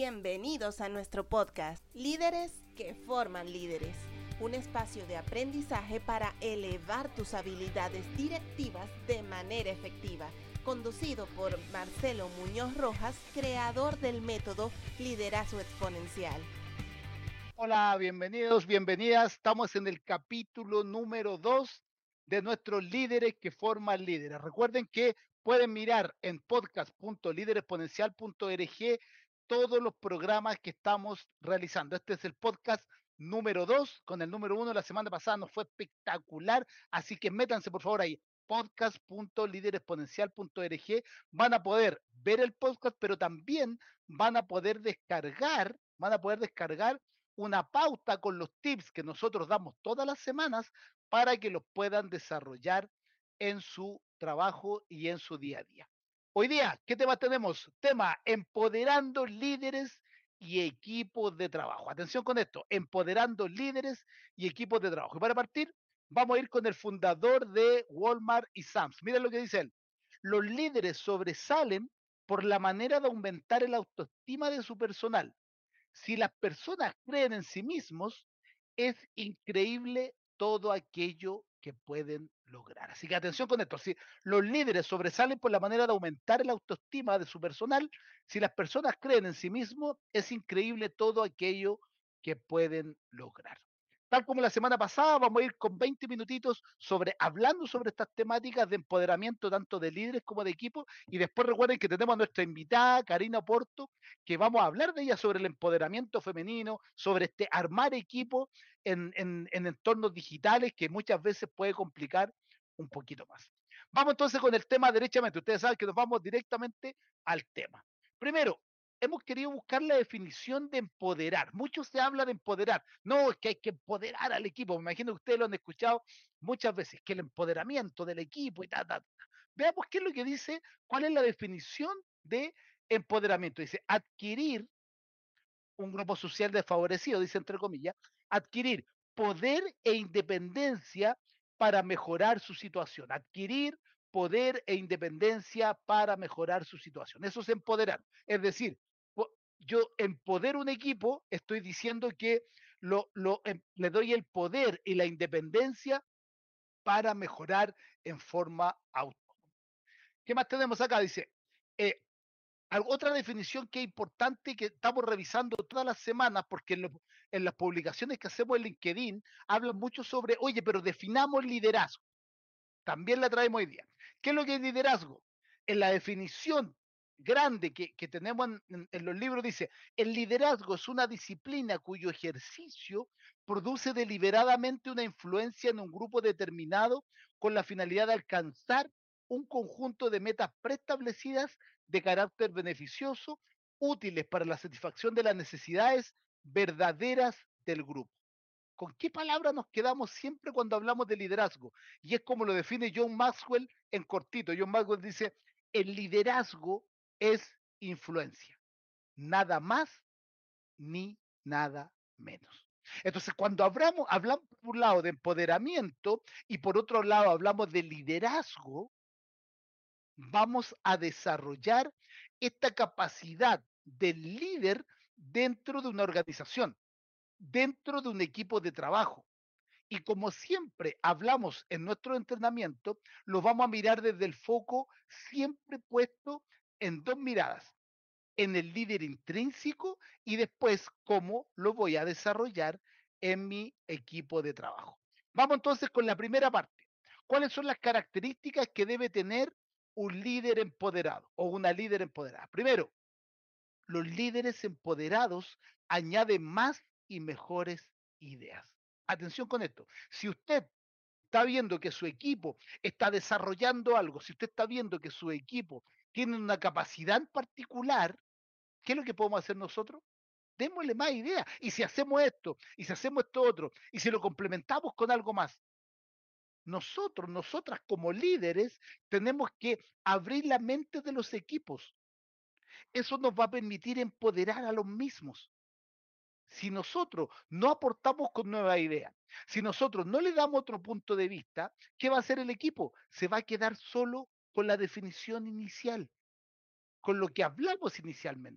Bienvenidos a nuestro podcast, Líderes que forman líderes, un espacio de aprendizaje para elevar tus habilidades directivas de manera efectiva, conducido por Marcelo Muñoz Rojas, creador del método Liderazgo Exponencial. Hola, bienvenidos, bienvenidas. Estamos en el capítulo número 2 de nuestros líderes que forman líderes. Recuerden que pueden mirar en podcast.lideresponencial.org todos los programas que estamos realizando. Este es el podcast número 2. Con el número 1 la semana pasada nos fue espectacular, así que métanse por favor ahí, podcast.lideresponencial.org. Van a poder ver el podcast, pero también van a poder descargar una pauta con los tips que nosotros damos todas las semanas para que los puedan desarrollar en su trabajo y en su día a día. Hoy día, ¿qué tema tenemos? Tema empoderando líderes y equipos de trabajo. Atención con esto, empoderando líderes y equipos de trabajo. Y para partir, vamos a ir con el fundador de Walmart y Sam's. Miren lo que dice él. Los líderes sobresalen por la manera de aumentar el autoestima de su personal. Si las personas creen en sí mismos, es increíble todo aquello que pueden lograr. Así que atención con esto. Si los líderes sobresalen por la manera de aumentar la autoestima de su personal, si las personas creen en sí mismos, es increíble todo aquello que pueden lograr. Tal como la semana pasada, vamos a ir con 20 minutitos hablando sobre estas temáticas de empoderamiento tanto de líderes como de equipos. Y después recuerden que tenemos a nuestra invitada, Karina Porto, que vamos a hablar de ella sobre el empoderamiento femenino, sobre armar equipo en entornos digitales que muchas veces puede complicar un poquito más. Vamos entonces con el tema derechamente. Ustedes saben que nos vamos directamente al tema. Primero, hemos querido buscar la definición de empoderar. Mucho se habla de empoderar. No, es que hay que empoderar al equipo. Me imagino que ustedes lo han escuchado muchas veces, que el empoderamiento del equipo y tal. Veamos qué es lo que dice, cuál es la definición de empoderamiento. Dice, adquirir un grupo social desfavorecido, dice entre comillas, adquirir poder e independencia para mejorar su situación. Adquirir poder e independencia para mejorar su situación. Eso es empoderar. Es decir, yo empodero un equipo, estoy diciendo que le doy el poder y la independencia para mejorar en forma autónoma. ¿Qué más tenemos acá? Dice, eh, otra definición que es importante que estamos revisando todas las semanas, porque en las publicaciones que hacemos en LinkedIn hablan mucho sobre, oye, pero definamos liderazgo. También la traemos hoy día. ¿Qué es lo que es liderazgo? En la definición grande que tenemos en los libros dice, el liderazgo es una disciplina cuyo ejercicio produce deliberadamente una influencia en un grupo determinado con la finalidad de alcanzar un conjunto de metas preestablecidas de carácter beneficioso, útiles para la satisfacción de las necesidades verdaderas del grupo. ¿Con qué palabra nos quedamos siempre cuando hablamos de liderazgo? Y es como lo define John Maxwell en cortito. John Maxwell dice, el liderazgo es influencia, nada más ni nada menos. Entonces, cuando hablamos por un lado de empoderamiento y por otro lado hablamos de liderazgo, vamos a desarrollar esta capacidad del líder dentro de una organización, dentro de un equipo de trabajo. Y como siempre hablamos en nuestro entrenamiento, lo vamos a mirar desde el foco siempre puesto en dos miradas, en el líder intrínseco y después cómo lo voy a desarrollar en mi equipo de trabajo. Vamos entonces con la primera parte. ¿Cuáles son las características que debe tener un líder empoderado o una líder empoderada? Primero, los líderes empoderados añaden más y mejores ideas. Atención con esto. Si usted está viendo que su equipo está desarrollando algo, si usted está viendo que su equipo tiene una capacidad en particular, ¿qué es lo que podemos hacer nosotros? Démosle más ideas. Y si hacemos esto, y si hacemos esto otro, y si lo complementamos con algo más, nosotras como líderes, tenemos que abrir la mente de los equipos. Eso nos va a permitir empoderar a los mismos. Si nosotros no aportamos con nueva idea, si nosotros no le damos otro punto de vista, ¿qué va a hacer el equipo? Se va a quedar solo con la definición inicial, con lo que hablamos inicialmente.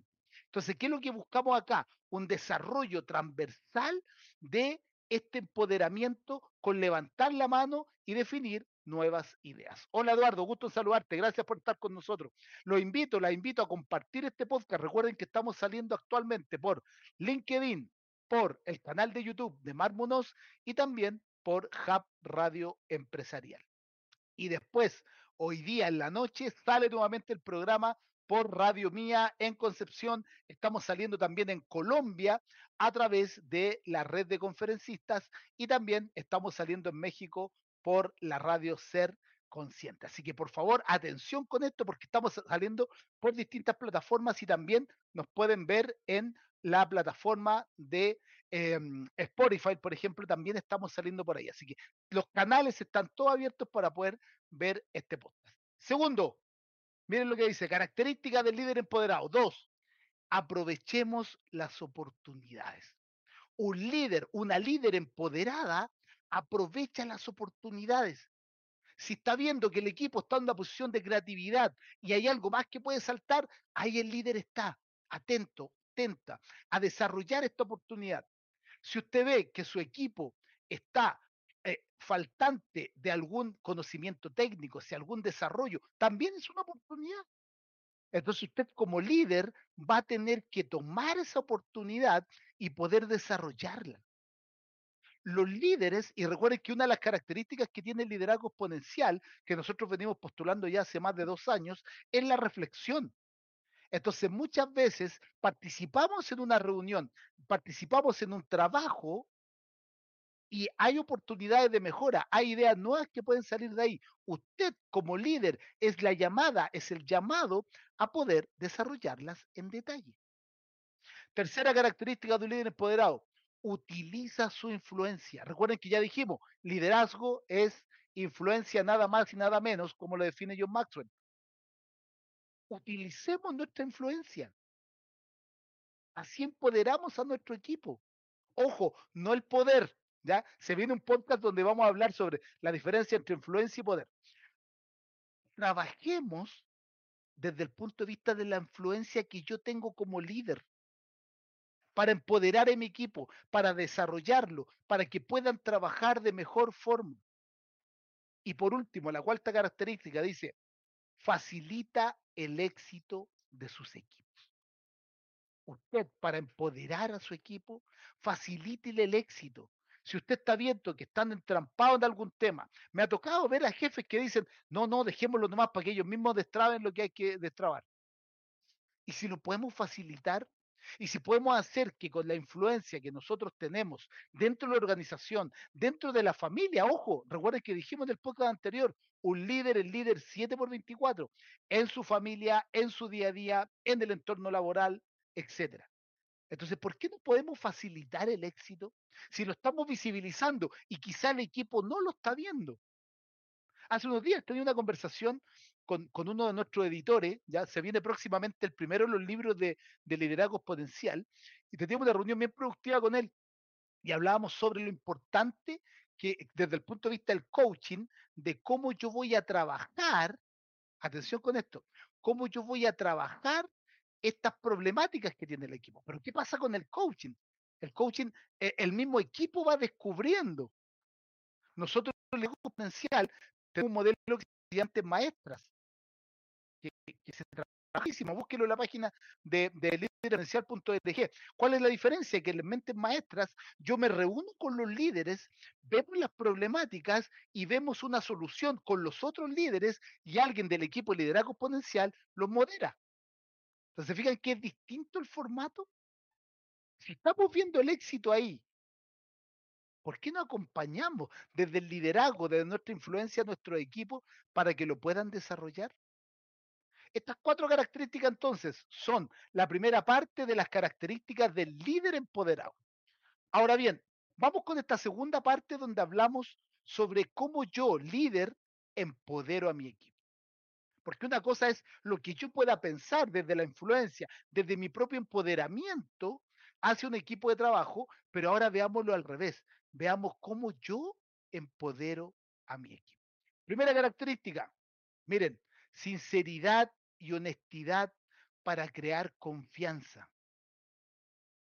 Entonces, ¿qué es lo que buscamos acá? Un desarrollo transversal de este empoderamiento con levantar la mano y definir nuevas ideas. Hola Eduardo, gusto en saludarte, gracias por estar con nosotros. La invito a compartir este podcast. Recuerden que estamos saliendo actualmente por LinkedIn, por el canal de YouTube de Mar Munoz y también por Hub Radio Empresarial. Y después, hoy día en la noche, sale nuevamente el programa por Radio Mía en Concepción. Estamos saliendo también en Colombia a través de la red de conferencistas y también estamos saliendo en México por la radio Ser Consciente. Así que por favor, atención con esto porque estamos saliendo por distintas plataformas y también nos pueden ver en la plataforma de Spotify, por ejemplo, también estamos saliendo por ahí. Así que los canales están todos abiertos para poder ver este podcast. Segundo, miren lo que dice, características del líder empoderado. Dos, aprovechemos las oportunidades. Un líder, una líder empoderada, aprovecha las oportunidades. Si está viendo que el equipo está en una posición de creatividad y hay algo más que puede saltar, ahí el líder está atento, atenta a desarrollar esta oportunidad. Si usted ve que su equipo está faltante de algún conocimiento técnico, si algún desarrollo, también es una oportunidad. Entonces usted como líder va a tener que tomar esa oportunidad y poder desarrollarla. Los líderes, y recuerden que una de las características que tiene el liderazgo exponencial, que nosotros venimos postulando ya hace más de 2 años, es la reflexión. Entonces muchas veces participamos en una reunión, participamos en un trabajo y hay oportunidades de mejora, hay ideas nuevas que pueden salir de ahí. Usted como líder es la llamada, es el llamado a poder desarrollarlas en detalle. Tercera característica de un líder empoderado, utiliza su influencia. Recuerden que ya dijimos, liderazgo es influencia nada más y nada menos, como lo define John Maxwell. Utilicemos nuestra influencia. Así empoderamos a nuestro equipo. Ojo, no el poder, ¿ya? Se viene un podcast donde vamos a hablar sobre la diferencia entre influencia y poder. Trabajemos desde el punto de vista de la influencia que yo tengo como líder para empoderar a mi equipo, para desarrollarlo, para que puedan trabajar de mejor forma. Y por último, la cuarta característica dice, facilita el éxito de sus equipos. Usted, para empoderar a su equipo, facilítele el éxito. Si usted está viendo que están entrampados en algún tema, me ha tocado ver a jefes que dicen, no, no, dejémoslo nomás para que ellos mismos destraben lo que hay que destrabar. Y si lo podemos facilitar, y si podemos hacer que con la influencia que nosotros tenemos dentro de la organización, dentro de la familia, ojo, recuerden que dijimos en el podcast anterior, un líder es líder 7x24, en su familia, en su día a día, en el entorno laboral, etcétera. Entonces, ¿por qué no podemos facilitar el éxito si lo estamos visibilizando y quizá el equipo no lo está viendo? Hace unos días tenía una conversación con uno de nuestros editores, ya se viene próximamente el primero de los libros de liderazgo exponencial, y teníamos una reunión bien productiva con él y hablábamos sobre lo importante que desde el punto de vista del coaching, de cómo yo voy a trabajar, atención con esto, cómo yo voy a trabajar estas problemáticas que tiene el equipo. Pero ¿qué pasa con el coaching? El coaching, el mismo equipo va descubriendo. Nosotros en el liderazgo exponencial tenemos un modelo que se llama mentes maestras que se trabajísima, búsquelo en la página de lideresencial.org. ¿Cuál es la diferencia? Que en las mentes maestras yo me reúno con los líderes, vemos las problemáticas y vemos una solución con los otros líderes y alguien del equipo de liderazgo exponencial los modera. Entonces, ¿se fijan que es distinto el formato? Si estamos viendo el éxito ahí, ¿por qué no acompañamos desde el liderazgo, desde nuestra influencia a nuestro equipo para que lo puedan desarrollar? Estas cuatro características entonces son la primera parte de las características del líder empoderado. Ahora bien, vamos con esta segunda parte donde hablamos sobre cómo yo, líder, empodero a mi equipo. Porque una cosa es lo que yo pueda pensar desde la influencia, desde mi propio empoderamiento hacia un equipo de trabajo, pero ahora veámoslo al revés. Veamos cómo yo empodero a mi equipo. Primera característica, miren, sinceridad y honestidad para crear confianza.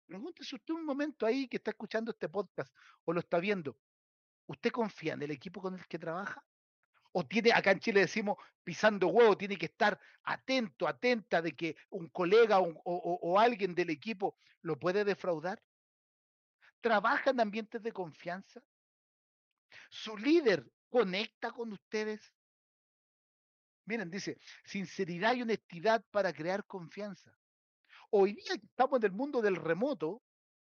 Pregúntese usted un momento ahí que está escuchando este podcast o lo está viendo. ¿Usted confía en el equipo con el que trabaja? ¿O tiene, acá en Chile decimos, pisando huevo, tiene que estar atento, atenta de que un colega o alguien del equipo lo puede defraudar? ¿Trabaja en ambientes de confianza? ¿Su líder conecta con ustedes? Miren, dice, sinceridad y honestidad para crear confianza. Hoy día que estamos en el mundo del remoto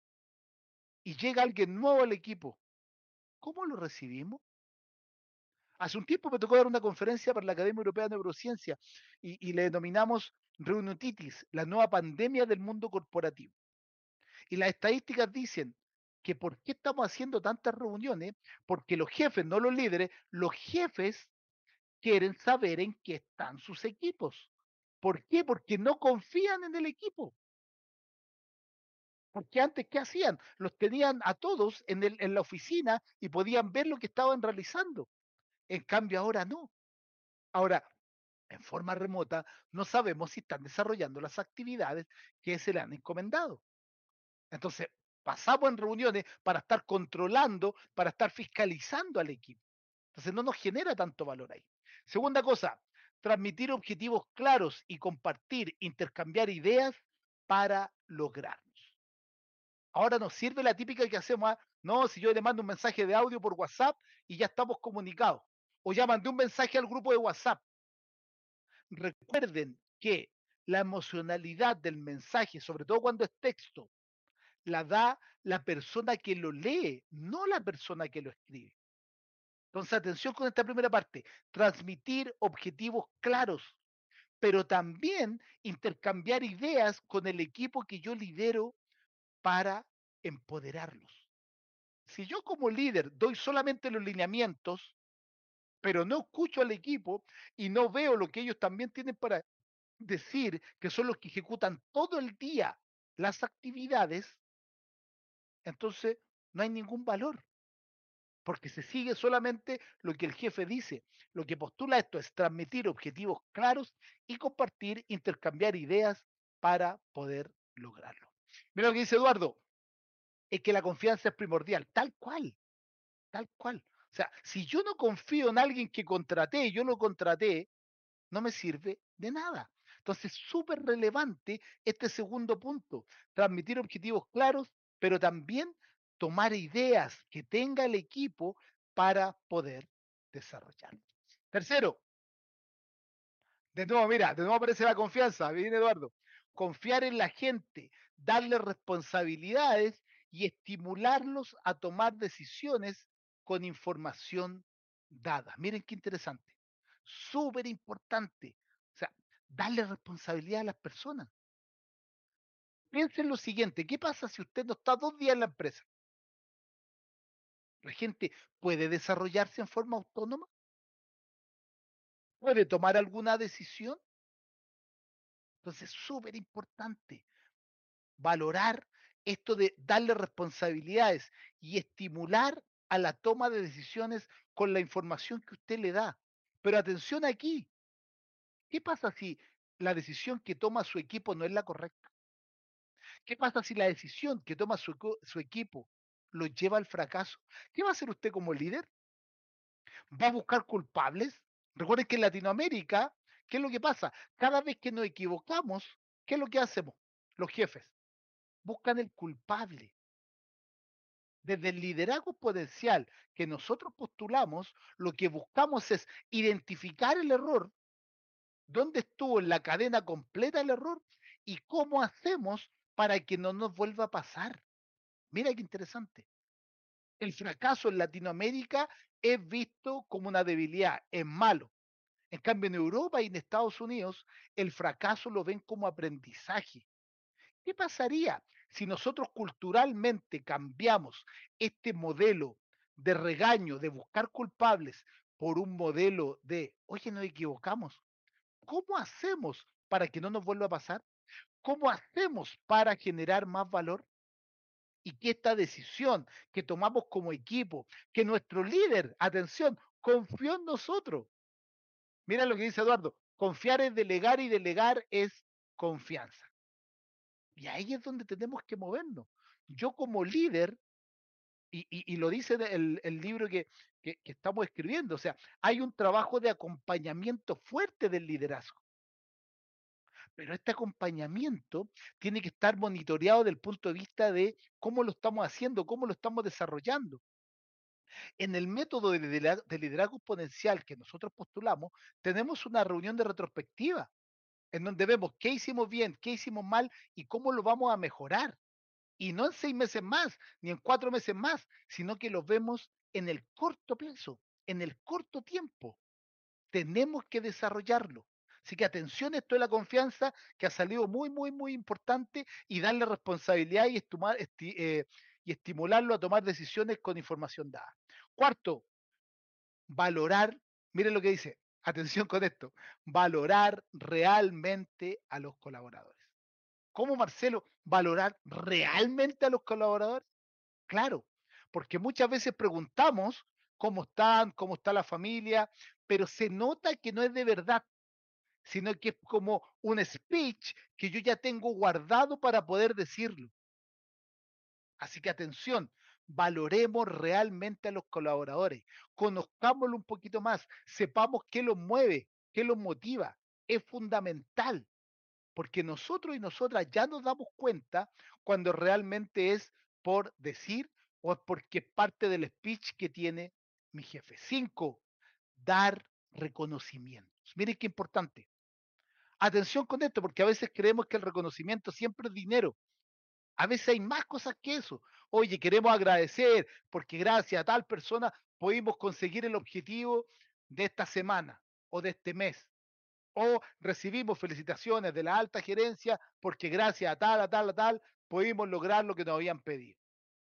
y llega alguien nuevo al equipo, ¿cómo lo recibimos? Hace un tiempo me tocó dar una conferencia para la Academia Europea de Neurociencia y le denominamos reunitis, la nueva pandemia del mundo corporativo. Y las estadísticas dicen que por qué estamos haciendo tantas reuniones, porque los jefes, no los líderes, los jefes quieren saber en qué están sus equipos. ¿Por qué? Porque no confían en el equipo. Porque antes, ¿qué hacían? Los tenían a todos en la oficina y podían ver lo que estaban realizando. En cambio, ahora no. Ahora, en forma remota, no sabemos si están desarrollando las actividades que se le han encomendado. Entonces, pasamos en reuniones para estar controlando, para estar fiscalizando al equipo. Entonces, no nos genera tanto valor ahí. Segunda cosa, transmitir objetivos claros y compartir, intercambiar ideas para lograrlos. Ahora nos sirve la típica que hacemos, no, si yo le mando un mensaje de audio por WhatsApp y ya estamos comunicados. O ya mandé un mensaje al grupo de WhatsApp. Recuerden que la emocionalidad del mensaje, sobre todo cuando es texto, la da la persona que lo lee, no la persona que lo escribe. Entonces, atención con esta primera parte, transmitir objetivos claros, pero también intercambiar ideas con el equipo que yo lidero para empoderarlos. Si yo como líder doy solamente los lineamientos, pero no escucho al equipo y no veo lo que ellos también tienen para decir, que son los que ejecutan todo el día las actividades, entonces no hay ningún valor, porque se sigue solamente lo que el jefe dice. Lo que postula esto es transmitir objetivos claros y compartir, intercambiar ideas para poder lograrlo. Mira lo que dice Eduardo, es que la confianza es primordial, tal cual, tal cual. O sea, si yo no confío en alguien que contraté, yo lo contraté, no me sirve de nada. Entonces, súper relevante este segundo punto, transmitir objetivos claros, pero también tomar ideas que tenga el equipo para poder desarrollar. Tercero, de nuevo, mira, de nuevo aparece la confianza, viene Eduardo. Confiar en la gente, darle responsabilidades y estimularlos a tomar decisiones con información dada. Miren qué interesante. Súper importante. O sea, darle responsabilidad a las personas. Piensen lo siguiente, ¿qué pasa si usted no está 2 días en la empresa? La gente puede desarrollarse en forma autónoma, puede tomar alguna decisión. Entonces, súper importante valorar esto de darle responsabilidades y estimular a la toma de decisiones con la información que usted le da. Pero atención aquí, ¿qué pasa si la decisión que toma su equipo no es la correcta? ¿Qué pasa si la decisión que toma su equipo lo lleva al fracaso? ¿Qué va a hacer usted como líder? ¿Va a buscar culpables? Recuerden que en Latinoamérica, ¿qué es lo que pasa? Cada vez que nos equivocamos, ¿qué es lo que hacemos? Los jefes buscan el culpable. Desde el liderazgo potencial que nosotros postulamos, lo que buscamos es identificar el error, dónde estuvo en la cadena completa el error y cómo hacemos para que no nos vuelva a pasar. Mira qué interesante. El fracaso en Latinoamérica es visto como una debilidad, es malo. En cambio, en Europa y en Estados Unidos, el fracaso lo ven como aprendizaje. ¿Qué pasaría si nosotros culturalmente cambiamos este modelo de regaño, de buscar culpables, por un modelo de, oye, nos equivocamos? ¿Cómo hacemos para que no nos vuelva a pasar? ¿Cómo hacemos para generar más valor? Y que esta decisión que tomamos como equipo, que nuestro líder, atención, confió en nosotros. Mira lo que dice Eduardo, confiar es delegar y delegar es confianza. Y ahí es donde tenemos que movernos. Yo como líder, y lo dice el libro que estamos escribiendo, o sea, hay un trabajo de acompañamiento fuerte del liderazgo, pero este acompañamiento tiene que estar monitoreado desde el punto de vista de cómo lo estamos haciendo, cómo lo estamos desarrollando. En el método de liderazgo exponencial que nosotros postulamos, tenemos una reunión de retrospectiva en donde vemos qué hicimos bien, qué hicimos mal y cómo lo vamos a mejorar. Y no en 6 meses más, ni en 4 meses más, sino que lo vemos en el corto plazo, en el corto tiempo. Tenemos que desarrollarlo. Así que atención, esto de la confianza que ha salido muy, muy, muy importante y darle responsabilidad y estimularlo a tomar decisiones con información dada. Cuarto, valorar, miren lo que dice, atención con esto, valorar realmente a los colaboradores. ¿Cómo, Marcelo, valorar realmente a los colaboradores? Claro, porque muchas veces preguntamos cómo están, cómo está la familia, pero se nota que no es de verdad, sino que es como un speech que yo ya tengo guardado para poder decirlo. Así que atención, valoremos realmente a los colaboradores, conozcámoslo un poquito más, sepamos qué los mueve, qué los motiva. Es fundamental, porque nosotros y nosotras ya nos damos cuenta cuando realmente es por decir o es porque es parte del speech que tiene mi jefe. 5, dar reconocimientos. Miren qué importante. Atención con esto, porque a veces creemos que el reconocimiento siempre es dinero. A veces hay más cosas que eso. Oye, queremos agradecer porque gracias a tal persona pudimos conseguir el objetivo de esta semana o de este mes. O recibimos felicitaciones de la alta gerencia porque gracias a tal, pudimos lograr lo que nos habían pedido.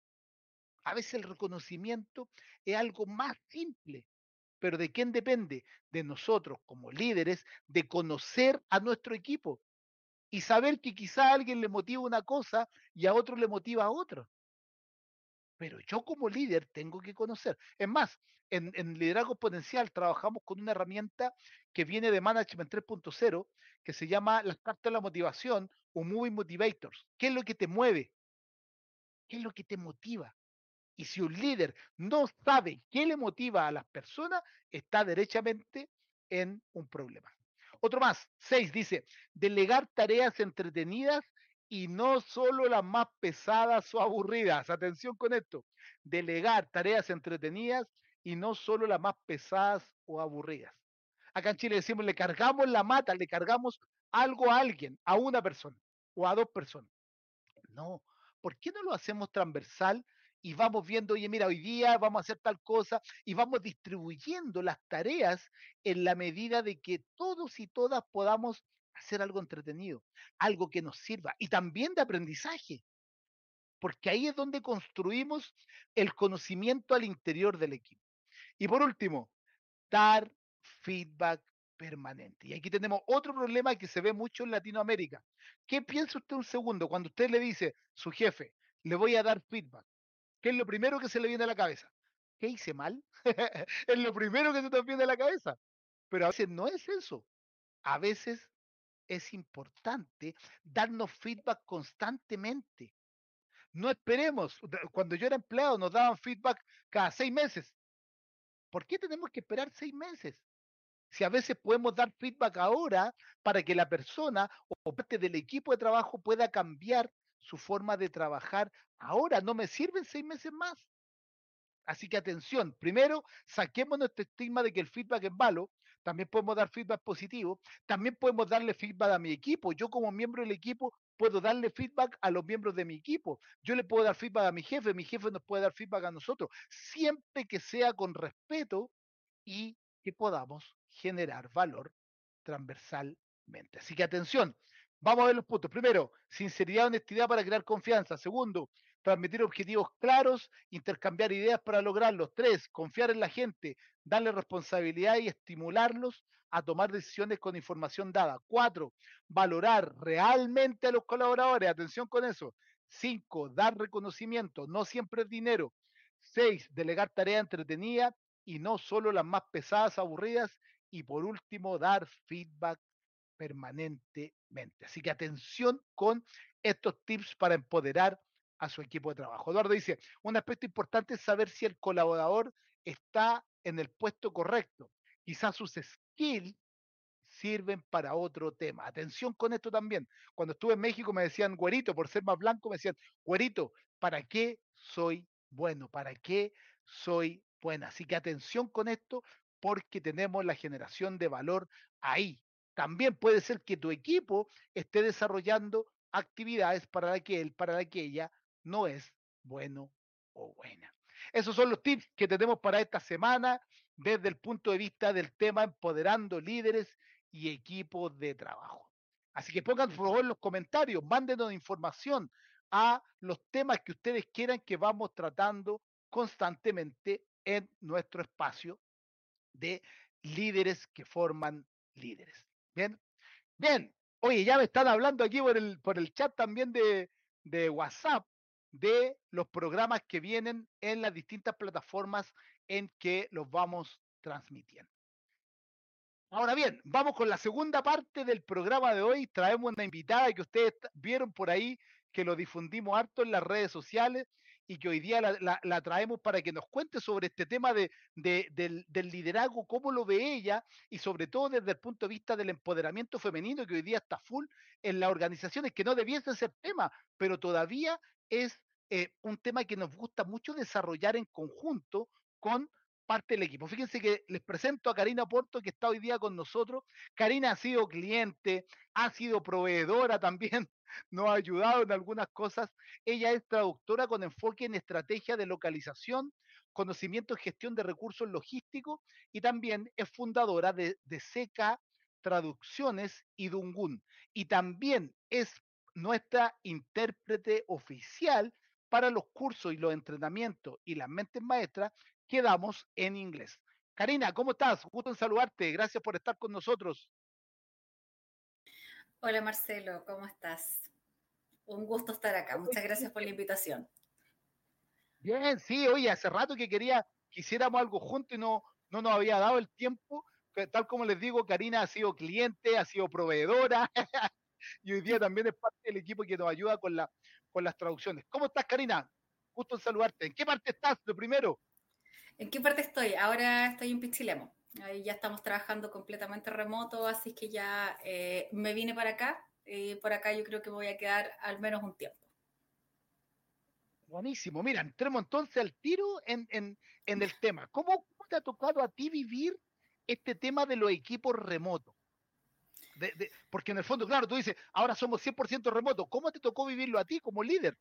A veces el reconocimiento es algo más simple, pero ¿de quién depende? De nosotros como líderes, de conocer a nuestro equipo y saber que quizá a alguien le motiva una cosa y a otro le motiva a otro. Pero yo como líder tengo que conocer. Es más, en liderazgo exponencial trabajamos con una herramienta que viene de Management 3.0 que se llama las cartas de la motivación o Moving Motivators. ¿Qué es lo que te mueve? ¿Qué es lo que te motiva? Y si un líder no sabe qué le motiva a las personas, está derechamente en un problema. Otro más, 6 dice, delegar tareas entretenidas y no solo las más pesadas o aburridas. Atención con esto, delegar tareas entretenidas y no solo las más pesadas o aburridas. Acá en Chile decimos, le cargamos la mata, le cargamos algo a alguien, a una persona o a dos personas. No, ¿por qué no lo hacemos transversal y vamos viendo, oye, mira, hoy día vamos a hacer tal cosa y vamos distribuyendo las tareas en la medida de que todos y todas podamos hacer algo entretenido, algo que nos sirva y también de aprendizaje, porque ahí es donde construimos el conocimiento al interior del equipo. Y por último, dar feedback permanente. Y aquí tenemos otro problema que se ve mucho en Latinoamérica. ¿Qué piensa usted un segundo cuando usted le dice a su jefe, le voy a dar feedback? ¿Qué es lo primero que se le viene a la cabeza? ¿Qué hice mal? Es lo primero que se nos viene a la cabeza. Pero a veces no es eso. A veces es importante darnos feedback constantemente. No esperemos. Cuando yo era empleado nos daban feedback cada 6 meses. ¿Por qué tenemos que esperar 6 meses? Si a veces podemos dar feedback ahora para que la persona o parte del equipo de trabajo pueda cambiar su forma de trabajar ahora, no me sirven 6 meses más. Así que atención, primero saquemos nuestro estigma de que el feedback es malo, también podemos dar feedback positivo, también podemos darle feedback a mi equipo. Yo como miembro del equipo puedo darle feedback a los miembros de mi equipo. Yo le puedo dar feedback a mi jefe nos puede dar feedback a nosotros, siempre que sea con respeto y que podamos generar valor transversalmente. Así que atención, vamos a ver los puntos. Primero, sinceridad y honestidad para crear confianza. Segundo, transmitir objetivos claros, intercambiar ideas para lograrlos. 3, confiar en la gente, darle responsabilidad y estimularlos a tomar decisiones con información dada. 4, valorar realmente a los colaboradores. Atención con eso. 5, dar reconocimiento, no siempre es dinero. 6, delegar tareas entretenidas y no solo las más pesadas, aburridas. Y por último, dar feedback permanentemente. Así que atención con estos tips para empoderar a su equipo de trabajo. Eduardo dice, un aspecto importante es saber si el colaborador está en el puesto correcto. Quizás sus skills sirven para otro tema. Atención con esto también. Cuando estuve en México me decían, güerito, por ser más blanco, me decían, güerito, ¿para qué soy bueno? ¿Para qué soy buena? Así que atención con esto porque tenemos la generación de valor ahí. También puede ser que tu equipo esté desarrollando actividades para la que él, para la que ella no es bueno o buena. Esos son los tips que tenemos para esta semana desde el punto de vista del tema empoderando líderes y equipos de trabajo. Así que pongan por favor en los comentarios, mándenos información a los temas que ustedes quieran que vamos tratando constantemente en nuestro espacio de líderes que forman líderes. Bien, bien. Oye, ya me están hablando aquí por el chat también de WhatsApp de los programas que vienen en las distintas plataformas en que los vamos transmitiendo. Ahora bien, vamos con la segunda parte del programa de hoy. Traemos una invitada que ustedes vieron por ahí, que lo difundimos harto en las redes sociales y que hoy día la traemos para que nos cuente sobre este tema del liderazgo, cómo lo ve ella y sobre todo desde el punto de vista del empoderamiento femenino que hoy día está full en las organizaciones, que no debiese ser tema, pero todavía es un tema que nos gusta mucho desarrollar en conjunto con parte del equipo. Fíjense que les presento a Karina Porto, que está hoy día con nosotros. Karina ha sido cliente, ha sido proveedora también, nos ha ayudado en algunas cosas. Ella es traductora con enfoque en estrategia de localización, conocimiento en gestión de recursos logísticos y también es fundadora de SECA Traducciones y Dungun. Y también es nuestra intérprete oficial para los cursos y los entrenamientos y las mentes maestras quedamos en inglés. Karina, ¿cómo estás? Gusto en saludarte. Gracias por estar con nosotros. Hola Marcelo, ¿cómo estás? Un gusto estar acá. Muchas gracias por la invitación. Bien, sí, oye, hace rato que quisiéramos algo juntos y no nos había dado el tiempo. Tal como les digo, Karina ha sido cliente, ha sido proveedora y hoy día también es parte del equipo que nos ayuda con las traducciones. ¿Cómo estás, Karina? Gusto en saludarte. ¿En qué parte estás? Lo primero. ¿En qué parte estoy? Ahora estoy en Pichilemu. Ahí ya estamos trabajando completamente remoto, así que ya me vine para acá. Por acá yo creo que me voy a quedar al menos un tiempo. Buenísimo. Mira, entremos entonces al tiro en el tema. ¿Cómo te ha tocado a ti vivir este tema de los equipos remotos? Porque en el fondo, claro, tú dices, ahora somos 100% remotos. ¿Cómo te tocó vivirlo a ti como líder?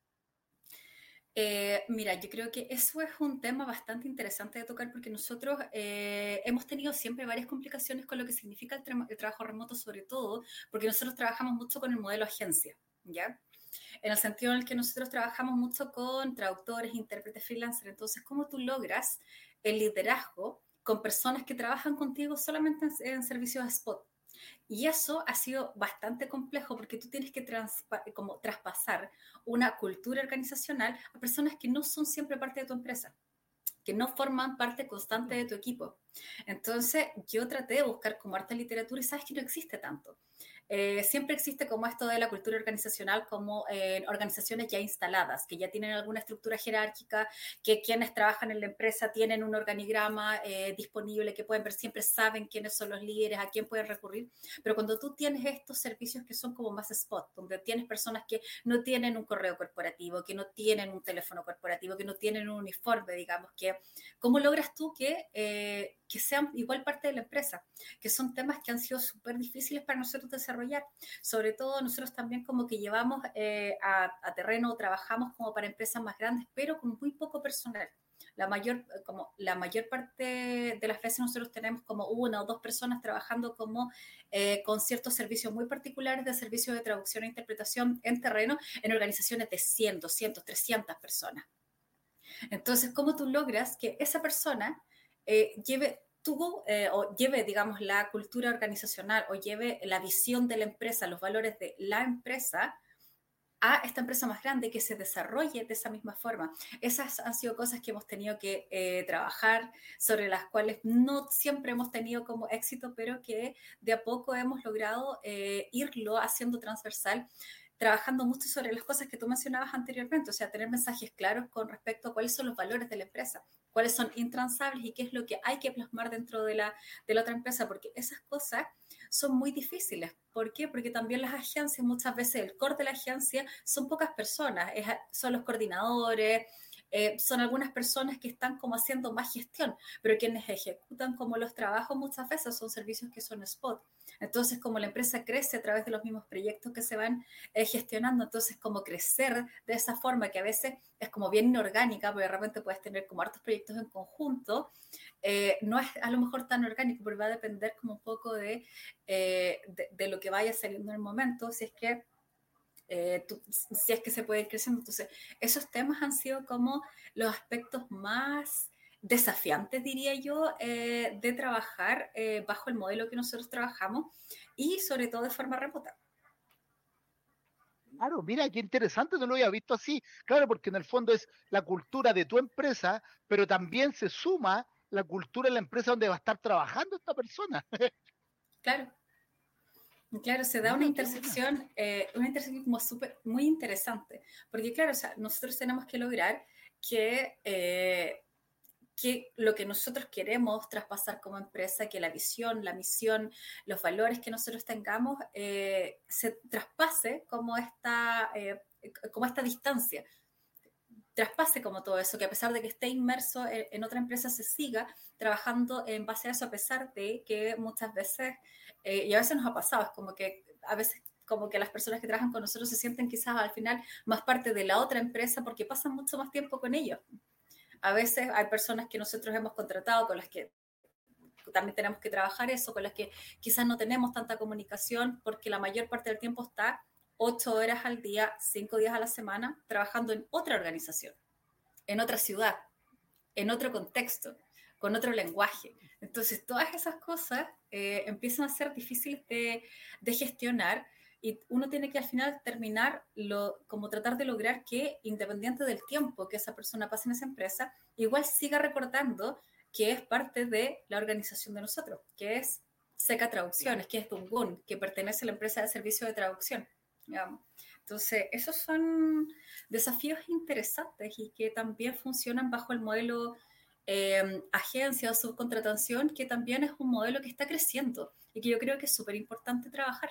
Mira, yo creo que eso es un tema bastante interesante de tocar porque nosotros hemos tenido siempre varias complicaciones con lo que significa el trabajo remoto, sobre todo porque nosotros trabajamos mucho con el modelo agencia, ¿ya? En el sentido en el que nosotros trabajamos mucho con traductores, intérpretes, freelancers. Entonces, ¿cómo tú logras el liderazgo con personas que trabajan contigo solamente en servicios spot? Y eso ha sido bastante complejo porque tú tienes que como traspasar una cultura organizacional a personas que no son siempre parte de tu empresa, que no forman parte constante de tu equipo. Entonces, yo traté de buscar como harta literatura y sabes que no existe tanto. Siempre existe como esto de la cultura organizacional como organizaciones ya instaladas, que ya tienen alguna estructura jerárquica, que quienes trabajan en la empresa tienen un organigrama disponible, que pueden ver, siempre saben quiénes son los líderes, a quién pueden recurrir, pero cuando tú tienes estos servicios que son como más spot, donde tienes personas que no tienen un correo corporativo, que no tienen un teléfono corporativo, que no tienen un uniforme, digamos, que ¿cómo logras tú que sean igual parte de la empresa? Que son temas que han sido súper difíciles para nosotros desarrollar. Sobre todo nosotros también como que llevamos a terreno, trabajamos como para empresas más grandes, pero con muy poco personal. La mayor parte de las veces nosotros tenemos como una o dos personas trabajando como con ciertos servicios muy particulares de servicios de traducción e interpretación en terreno en organizaciones de 100, 200, 300 personas. Entonces, ¿cómo tú logras que esa persona lleve, digamos, la cultura organizacional o lleve la visión de la empresa, los valores de la empresa a esta empresa más grande que se desarrolle de esa misma forma? Esas han sido cosas que hemos tenido que trabajar, sobre las cuales no siempre hemos tenido como éxito, pero que de a poco hemos logrado irlo haciendo transversal. trabajando mucho sobre las cosas que tú mencionabas anteriormente, o sea, tener mensajes claros con respecto a cuáles son los valores de la empresa, cuáles son intransables y qué es lo que hay que plasmar dentro de la otra empresa, porque esas cosas son muy difíciles. ¿Por qué? Porque también las agencias, muchas veces el core de la agencia son pocas personas, son los coordinadores, son algunas personas que están como haciendo más gestión, pero quienes ejecutan como los trabajos muchas veces son servicios que son spot. Entonces, como la empresa crece a través de los mismos proyectos que se van gestionando, entonces como crecer de esa forma que a veces es como bien inorgánica, porque de repente puedes tener como hartos proyectos en conjunto, no es a lo mejor tan orgánico, porque va a depender como un poco de lo que vaya saliendo en el momento, si es que se puede ir creciendo. Entonces, esos temas han sido como los aspectos más desafiantes, diría yo, de trabajar bajo el modelo que nosotros trabajamos y sobre todo de forma remota. Claro, mira, qué interesante, no lo había visto así. Claro, porque en el fondo es la cultura de tu empresa, pero también se suma la cultura de la empresa donde va a estar trabajando esta persona. Claro, claro, se da Mira, qué buena. una intersección como súper, muy interesante, porque claro, o sea, nosotros tenemos que lograr que que lo que nosotros queremos traspasar como empresa, que la visión, la misión, los valores que nosotros tengamos se traspase como esta distancia, traspase como todo eso, que a pesar de que esté inmerso en otra empresa se siga trabajando en base a eso, a pesar de que muchas veces, y a veces nos ha pasado, es como que a veces como que las personas que trabajan con nosotros se sienten quizás al final más parte de la otra empresa porque pasan mucho más tiempo con ellos. A veces hay personas que nosotros hemos contratado con las que también tenemos que trabajar eso, con las que quizás no tenemos tanta comunicación porque la mayor parte del tiempo está 8 horas al día, 5 días a la semana, trabajando en otra organización, en otra ciudad, en otro contexto, con otro lenguaje. Entonces, todas esas cosas empiezan a ser difíciles de gestionar y uno tiene que al final terminar como tratar de lograr que, independiente del tiempo que esa persona pase en esa empresa, igual siga recordando que es parte de la organización de nosotros, que es Seca Traducciones, Claro. que es Dungun, que pertenece a la empresa de servicio de traducción. Digamos. Entonces, esos son desafíos interesantes y que también funcionan bajo el modelo agencia o subcontratación, que también es un modelo que está creciendo y que yo creo que es súper importante trabajar.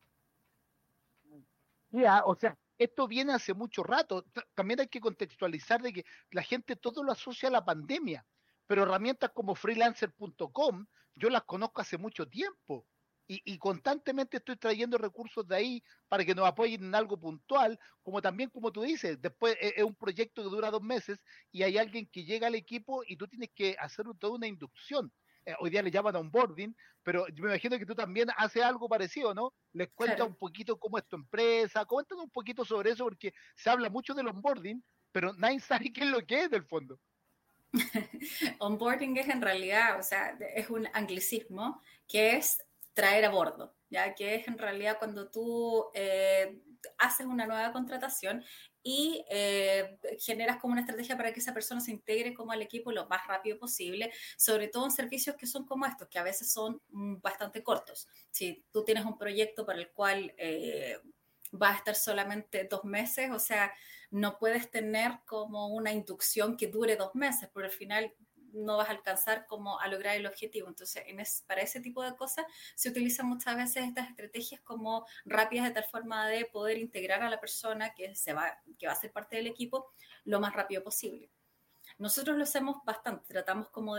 Ya, o sea, esto viene hace mucho rato. También hay que contextualizar de que la gente todo lo asocia a la pandemia, pero herramientas como freelancer.com yo las conozco hace mucho tiempo y constantemente estoy trayendo recursos de ahí para que nos apoyen en algo puntual, como también, como tú dices, después es un proyecto que dura 2 meses y hay alguien que llega al equipo y tú tienes que hacer toda una inducción. Hoy día le llaman onboarding, pero yo me imagino que tú también haces algo parecido, ¿no? Les cuenta Claro. un poquito cómo es tu empresa, cuéntanos un poquito sobre eso, porque se habla mucho del onboarding, pero nadie sabe qué es lo que es del fondo. Onboarding es en realidad, o sea, es un anglicismo que es traer a bordo, ya que es en realidad cuando tú haces una nueva contratación y generas como una estrategia para que esa persona se integre como al equipo lo más rápido posible, sobre todo en servicios que son como estos, que a veces son bastante cortos. Si tú tienes un proyecto para el cual va a estar solamente 2 meses, o sea, no puedes tener como una inducción que dure 2 meses, porque al final no vas a alcanzar como a lograr el objetivo. Entonces, para ese tipo de cosas se utilizan muchas veces estas estrategias como rápidas de tal forma de poder integrar a la persona que va a ser parte del equipo lo más rápido posible. Nosotros lo hacemos bastante, tratamos como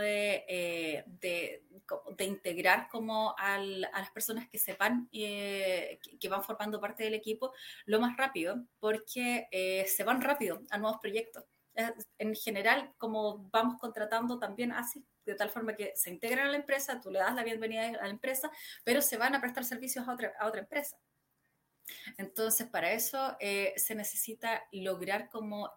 de integrar como a las personas que sepan que van formando parte del equipo lo más rápido, porque se van rápido a nuevos proyectos. En general, como vamos contratando también así, de tal forma que se integran a la empresa, tú le das la bienvenida a la empresa, pero se van a prestar servicios a otra empresa. Entonces, para eso se necesita lograr como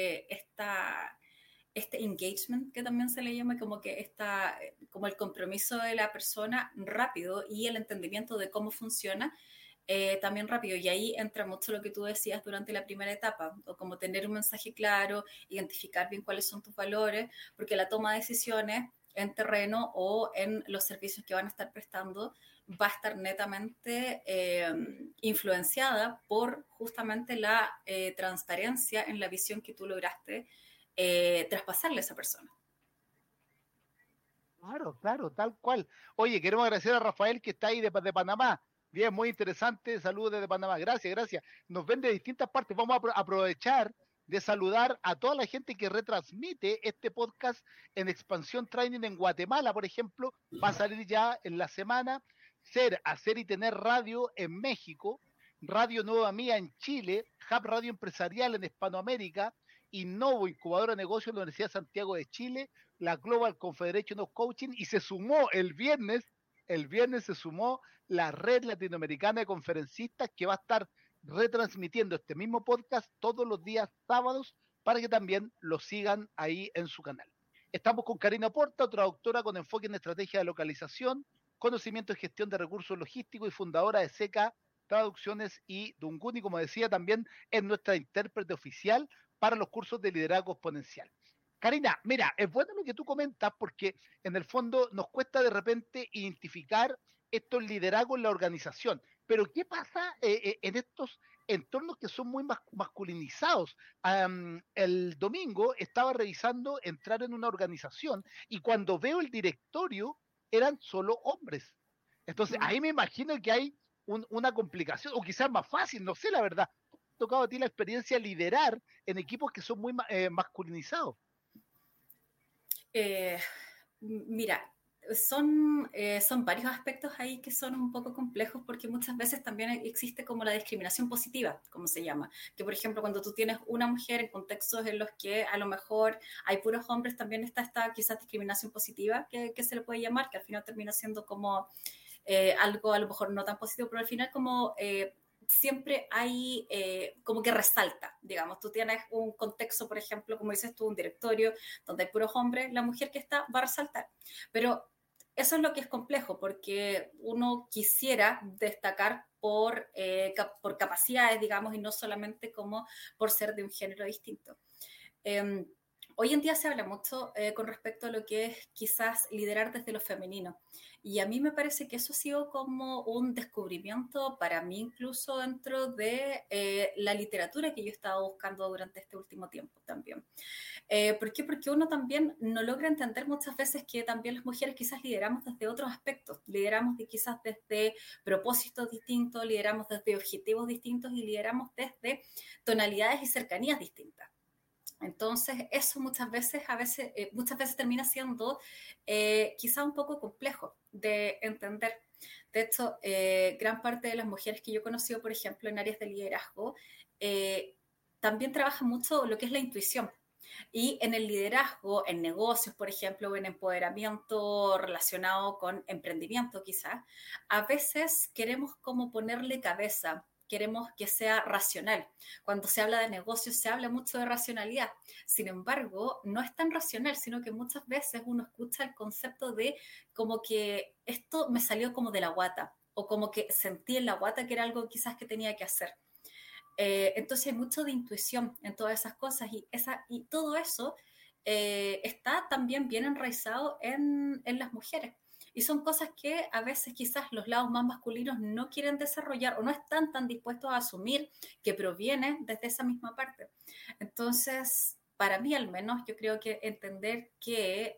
este engagement que también se le llama, como que como el compromiso de la persona rápido y el entendimiento de cómo funciona también rápido. Y ahí entra mucho lo que tú decías durante la primera etapa, o como tener un mensaje claro, identificar bien cuáles son tus valores, porque la toma de decisiones en terreno o en los servicios que van a estar prestando va a estar netamente influenciada por justamente la transparencia en la visión que tú lograste traspasarle a esa persona. Claro, claro, tal cual. Oye, queremos agradecer a Rafael que está ahí de Panamá. Bien, muy interesante. Saludos desde Panamá. Gracias, gracias. Nos ven de distintas partes. Vamos a aprovechar de saludar a toda la gente que retransmite este podcast en Expansión Training en Guatemala, por ejemplo. Va a salir ya en la semana. Hacer y tener radio en México. Radio Nueva Mía en Chile. Hub Radio Empresarial en Hispanoamérica. Innovo, incubadora de negocios en la Universidad de Santiago de Chile, la Global Confederation of Coaching, y se sumó el viernes se sumó la Red Latinoamericana de Conferencistas, que va a estar retransmitiendo este mismo podcast todos los días sábados para que también lo sigan ahí en su canal. Estamos con Karina Porta, traductora con enfoque en estrategia de localización, conocimiento y gestión de recursos logísticos y fundadora de SECA Traducciones y Dunguni, como decía, también es nuestra intérprete oficial para los cursos de liderazgo exponencial. Karina, mira, es bueno lo que tú comentas porque en el fondo nos cuesta de repente identificar estos liderazgos en la organización. Pero ¿qué pasa en estos entornos que son muy masculinizados? El domingo estaba revisando entrar en una organización y cuando veo el directorio eran solo hombres. Entonces ahí me imagino que hay una complicación, o quizás más fácil, no sé la verdad. ¿Te ha tocado a ti la experiencia de liderar en equipos que son muy masculinizados? Mira, son varios aspectos ahí que son un poco complejos porque muchas veces también existe como la discriminación positiva, como se llama. Que, por ejemplo, cuando tú tienes una mujer en contextos en los que a lo mejor hay puros hombres, también está esta quizás discriminación positiva que se le puede llamar, que al final termina siendo como algo a lo mejor no tan positivo, pero al final como siempre hay como que resalta, digamos, tú tienes un contexto, por ejemplo, como dices tú, un directorio donde hay puros hombres, la mujer que está va a resaltar, pero eso es lo que es complejo, porque uno quisiera destacar por capacidades, digamos, y no solamente como por ser de un género distinto. Hoy en día se habla mucho con respecto a lo que es quizás liderar desde lo femenino. Y a mí me parece que eso ha sido como un descubrimiento para mí incluso dentro de la literatura que yo he estado buscando durante este último tiempo también. ¿Por qué? Porque uno también no logra entender muchas veces que también las mujeres quizás lideramos desde otros aspectos. Lideramos quizás desde propósitos distintos, lideramos desde objetivos distintos y lideramos desde tonalidades y cercanías distintas. Entonces, eso muchas veces termina siendo quizá un poco complejo de entender. De hecho, gran parte de las mujeres que yo he conocido, por ejemplo, en áreas de liderazgo, también trabajan mucho lo que es la intuición. Y en el liderazgo, en negocios, por ejemplo, o en empoderamiento relacionado con emprendimiento quizás, a veces queremos como ponerle cabeza, queremos que sea racional. Cuando se habla de negocios se habla mucho de racionalidad. Sin embargo, no es tan racional, sino que muchas veces uno escucha el concepto de como que esto me salió como de la guata o como que sentí en la guata que era algo quizás que tenía que hacer. Entonces hay mucho de intuición en todas esas cosas y todo eso está también bien enraizado en las mujeres. Y son cosas que a veces quizás los lados más masculinos no quieren desarrollar o no están tan dispuestos a asumir que proviene desde esa misma parte. Entonces, para mí al menos, yo creo que entender que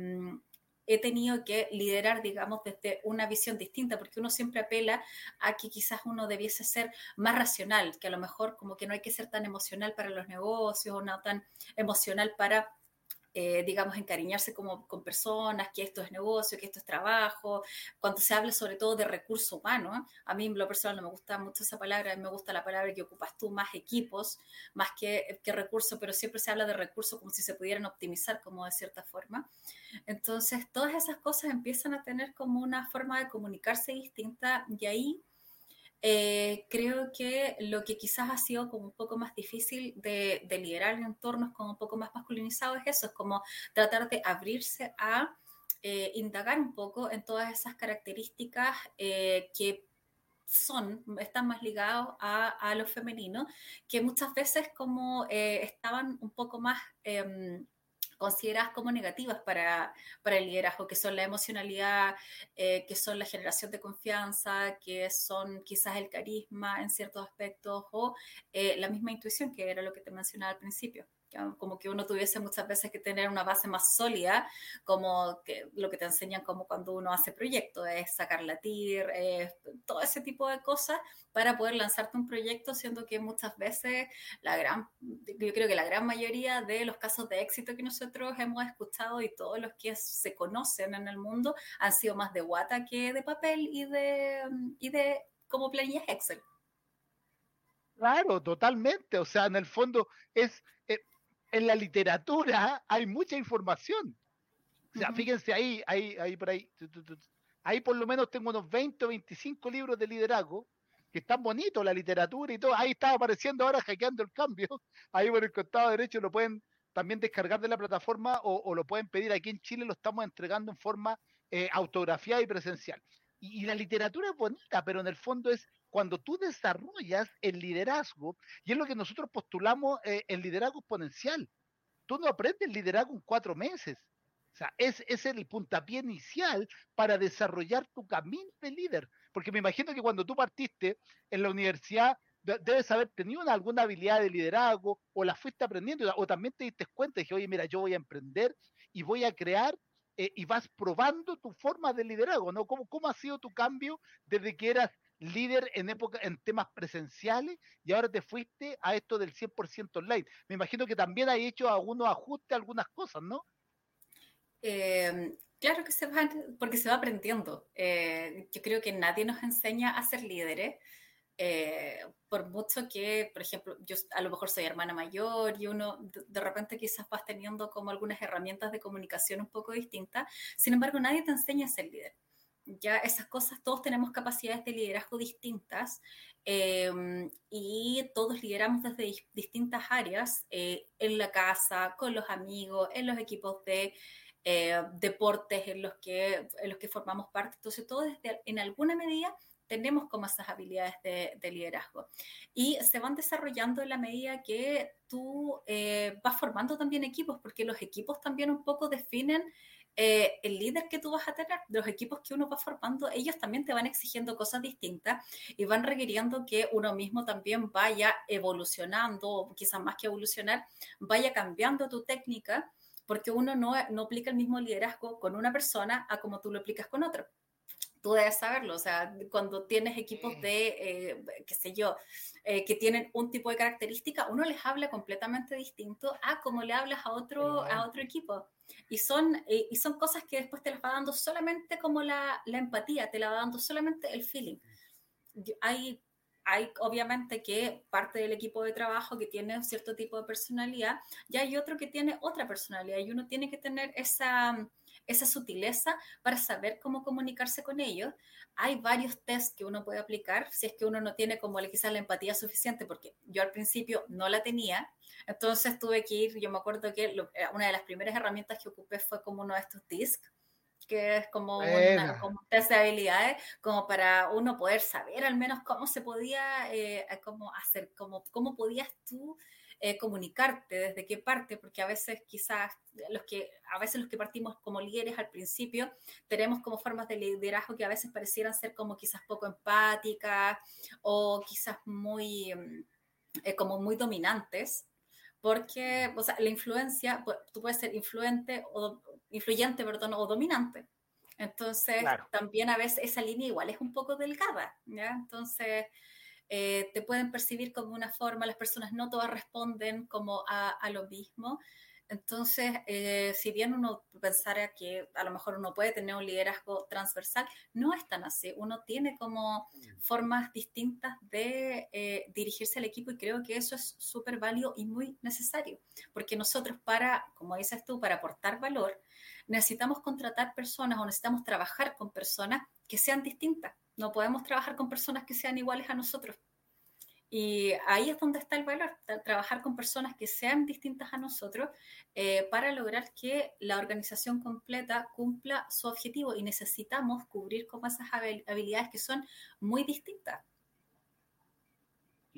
he tenido que liderar, digamos, desde una visión distinta, porque uno siempre apela a que quizás uno debiese ser más racional, que a lo mejor como que no hay que ser tan emocional para los negocios o no tan emocional para digamos, encariñarse como con personas, que esto es negocio, que esto es trabajo, cuando se habla sobre todo de recurso humano, ¿eh? A mí en lo personal no me gusta mucho esa palabra, a mí me gusta la palabra que ocupas tú, más equipos, más que recursos, pero siempre se habla de recursos como si se pudieran optimizar como de cierta forma. Entonces, todas esas cosas empiezan a tener como una forma de comunicarse distinta y ahí creo que lo que quizás ha sido como un poco más difícil de liderar en entornos como un poco más masculinizados es eso, es como tratar de abrirse a indagar un poco en todas esas características que están más ligados a lo femenino, que muchas veces como estaban un poco más consideradas como negativas para el liderazgo, que son la emocionalidad, que son la generación de confianza, que son quizás el carisma en ciertos aspectos o la misma intuición, que era lo que te mencionaba al principio. Como que uno tuviese muchas veces que tener una base más sólida, como que lo que te enseñan como cuando uno hace proyectos, es sacar la TIR, todo ese tipo de cosas para poder lanzarte un proyecto, siendo que muchas veces yo creo que la gran mayoría de los casos de éxito que nosotros hemos escuchado y todos los que se conocen en el mundo han sido más de guata que de papel y de como planillas Excel. Claro, totalmente. O sea, en el fondo es, en la literatura hay mucha información. O sea, fíjense ahí por ahí. Ahí por lo menos tengo unos 20 o 25 libros de liderazgo que están bonitos, la literatura y todo. Ahí está apareciendo ahora Hackeando el Cambio. Ahí por el costado derecho lo pueden también descargar de la plataforma o lo pueden pedir. Aquí en Chile lo estamos entregando en forma autografiada y presencial. Y la literatura es bonita, pero en el fondo es cuando tú desarrollas el liderazgo, y es lo que nosotros postulamos, el liderazgo exponencial. Tú no aprendes liderazgo en 4 meses. O sea, es el puntapié inicial para desarrollar tu camino de líder. Porque me imagino que cuando tú partiste en la universidad, debes haber tenido alguna habilidad de liderazgo o la fuiste aprendiendo o también te diste cuenta y dije, oye, mira, yo voy a emprender y voy a crear y vas probando tu forma de liderazgo, ¿no? ¿Cómo ha sido tu cambio desde que eras líder en temas presenciales y ahora te fuiste a esto del 100% online? Me imagino que también hay hecho algunos ajustes, algunas cosas, ¿no? Claro que porque se va aprendiendo. Yo creo que nadie nos enseña a ser líderes. Por mucho que, por ejemplo, yo a lo mejor soy hermana mayor y uno de repente quizás vas teniendo como algunas herramientas de comunicación un poco distintas, sin embargo nadie te enseña a ser líder. Ya esas cosas, todos tenemos capacidades de liderazgo distintas y todos lideramos desde distintas áreas, en la casa, con los amigos, en los equipos de deportes en los que formamos parte. Entonces, todos en alguna medida tenemos como esas habilidades de liderazgo y se van desarrollando en la medida que tú vas formando también equipos, porque los equipos también un poco definen el líder que tú vas a tener. Los equipos que uno va formando, ellos también te van exigiendo cosas distintas y van requiriendo que uno mismo también vaya evolucionando, o quizás más que evolucionar, vaya cambiando tu técnica, porque uno no aplica el mismo liderazgo con una persona a como tú lo aplicas con otro. Tú debes saberlo, o sea, cuando tienes equipos qué sé yo, que tienen un tipo de característica, uno les habla completamente distinto a como le hablas a otro equipo. Y son cosas que después te las va dando solamente como la empatía, te la va dando solamente el feeling. Hay, hay obviamente que parte del equipo de trabajo que tiene un cierto tipo de personalidad y hay otro que tiene otra personalidad y uno tiene que tener esa sutileza para saber cómo comunicarse con ellos. Hay varios tests que uno puede aplicar si es que uno no tiene como quizás la empatía suficiente, porque yo al principio no la tenía, entonces tuve que ir, yo me acuerdo que una de las primeras herramientas que ocupé fue como uno de estos DISC, que es Buena. como un test de habilidades, como para uno poder saber al menos cómo se podía, cómo hacer, cómo podías tú comunicarte, desde qué parte, porque a veces quizás los que partimos como líderes al principio, tenemos como formas de liderazgo que a veces parecieran ser como quizás poco empáticas o quizás como muy dominantes, porque, o sea, la influencia, tú puedes ser influyente, perdón, o dominante. Entonces, Claro. también a veces esa línea igual es un poco delgada, ¿ya? Entonces, te pueden percibir como una forma, las personas no todas responden como a lo mismo. Entonces, si bien uno pensara que a lo mejor uno puede tener un liderazgo transversal, no es tan así. Uno tiene como formas distintas de dirigirse al equipo y creo que eso es súper válido y muy necesario, porque nosotros como dices tú, para aportar valor, necesitamos contratar personas o necesitamos trabajar con personas que sean distintas. No podemos trabajar con personas que sean iguales a nosotros. Y ahí es donde está el valor, trabajar con personas que sean distintas a nosotros para lograr que la organización completa cumpla su objetivo y necesitamos cubrir con esas habilidades que son muy distintas.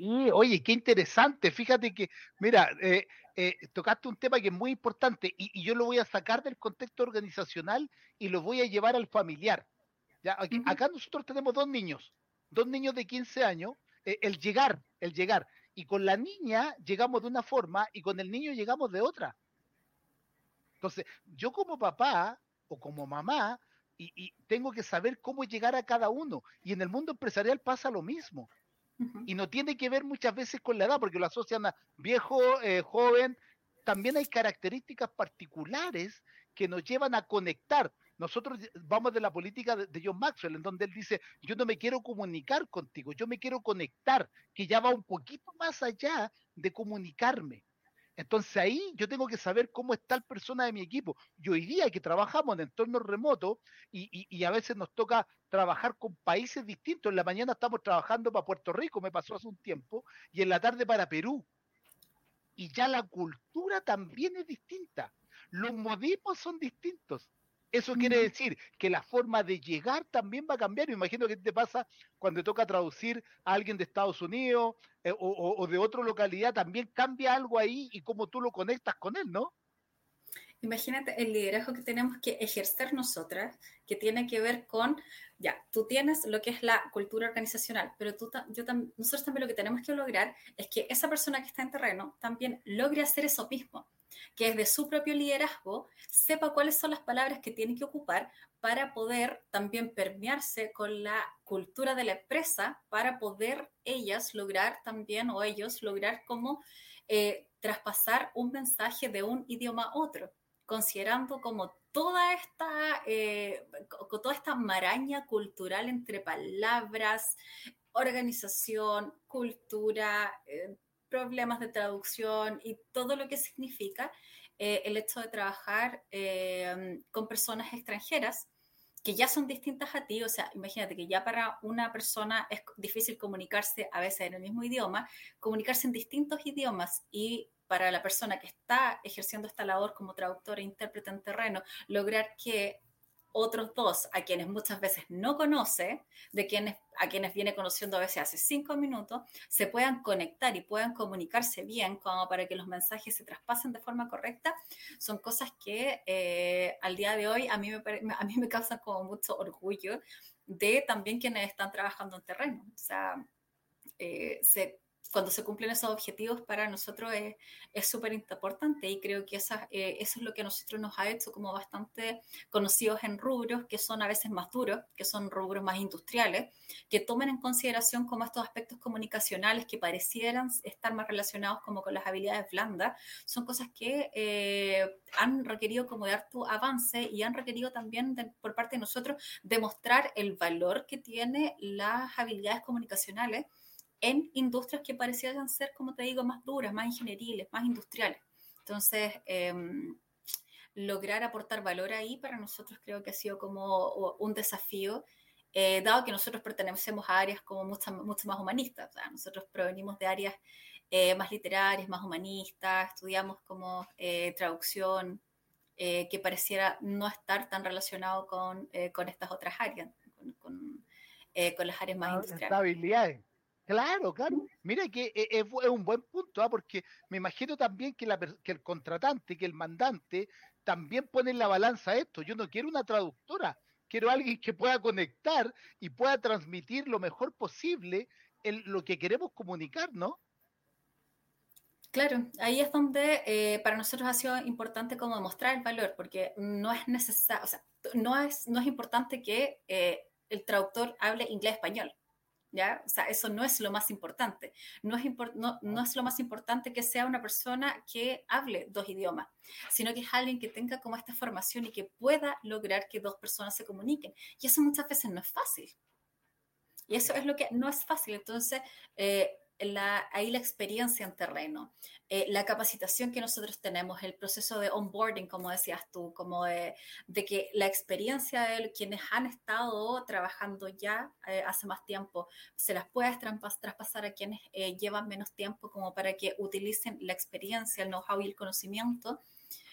Sí, oye, qué interesante. Fíjate que, mira, tocaste un tema que es muy importante y yo lo voy a sacar del contexto organizacional y lo voy a llevar al familiar. Ya, Ujú. acá nosotros tenemos dos niños de 15 años, el llegar. Y con la niña llegamos de una forma y con el niño llegamos de otra. Entonces, yo como papá o como mamá, y tengo que saber cómo llegar a cada uno. Y en el mundo empresarial pasa lo mismo Ujú. y no tiene que ver muchas veces con la edad, porque lo asocian a viejo, joven. También hay características particulares que nos llevan a conectar. Nosotros vamos de la política de John Maxwell, en donde él dice, yo no me quiero comunicar contigo, yo me quiero conectar, que ya va un poquito más allá de comunicarme. Entonces ahí yo tengo que saber cómo está la persona de mi equipo. Y hoy día que trabajamos en entornos remotos y a veces nos toca trabajar con países distintos. En la mañana estamos trabajando para Puerto Rico, me pasó hace un tiempo, y en la tarde para Perú. Y ya la cultura también es distinta. Los modismos son distintos. Eso quiere Ujú. decir que la forma de llegar también va a cambiar. Me imagino que te pasa cuando te toca traducir a alguien de Estados Unidos, o de otra localidad, también cambia algo ahí y cómo tú lo conectas con él, ¿no? Imagínate el liderazgo que tenemos que ejercer nosotras, que tiene que ver con, ya, tú tienes lo que es la cultura organizacional, pero nosotros también lo que tenemos que lograr es que esa persona que está en terreno también logre hacer eso mismo, que es de su propio liderazgo, sepa cuáles son las palabras que tiene que ocupar para poder también permearse con la cultura de la empresa, para poder ellas lograr también, o ellos lograr como traspasar un mensaje de un idioma a otro, considerando como toda esta maraña cultural entre palabras, organización, cultura, problemas de traducción y todo lo que significa el hecho de trabajar con personas extranjeras que ya son distintas a ti. O sea, imagínate que ya para una persona es difícil comunicarse a veces en el mismo idioma, comunicarse en distintos idiomas, y para la persona que está ejerciendo esta labor como traductora e intérprete en terreno, lograr que otros dos, a quienes muchas veces no conoce, a quienes viene conociendo a veces hace 5 minutos, se puedan conectar y puedan comunicarse bien como para que los mensajes se traspasen de forma correcta, son cosas que al día de hoy a mí me causan como mucho orgullo de también quienes están trabajando en terreno. O sea, se cuando se cumplen esos objetivos para nosotros es súper importante, y creo que eso es lo que a nosotros nos ha hecho como bastante conocidos en rubros que son a veces más duros, que son rubros más industriales, que tomen en consideración como estos aspectos comunicacionales que parecieran estar más relacionados como con las habilidades blandas, son cosas que han requerido como de harto avance, y han requerido también por parte de nosotros demostrar el valor que tiene las habilidades comunicacionales en industrias que parecían ser, como te digo, más duras, más ingenieriles, más industriales. Entonces, lograr aportar valor ahí para nosotros creo que ha sido como un desafío, dado que nosotros pertenecemos a áreas como mucho más humanistas. O sea, nosotros provenimos de áreas más literarias, más humanistas, estudiamos como traducción, que pareciera no estar tan relacionado con estas otras áreas, con las áreas más Estas industriales. habilidades. Claro, claro. Mira que es un buen punto, ¿ah? Porque me imagino también que el contratante, que el mandante, también pone en la balanza esto. Yo no quiero una traductora, quiero alguien que pueda conectar y pueda transmitir lo mejor posible lo que queremos comunicar, ¿no? Claro, ahí es donde para nosotros ha sido importante como demostrar el valor, porque no es necesario, o sea, no es importante que el traductor hable inglés-español, ¿ya? O sea, eso no es lo más importante. No ¿No? es lo más importante que sea una persona que hable dos idiomas, sino que es alguien que tenga como esta formación y que pueda lograr que dos personas se comuniquen. Y eso muchas veces no es fácil. Y eso es lo que no es fácil. Entonces, ahí la experiencia en terreno, la capacitación que nosotros tenemos, el proceso de onboarding, como decías tú, como de que la experiencia de quienes han estado trabajando ya hace más tiempo se las puedas traspasar a quienes llevan menos tiempo, como para que utilicen la experiencia, el know-how y el conocimiento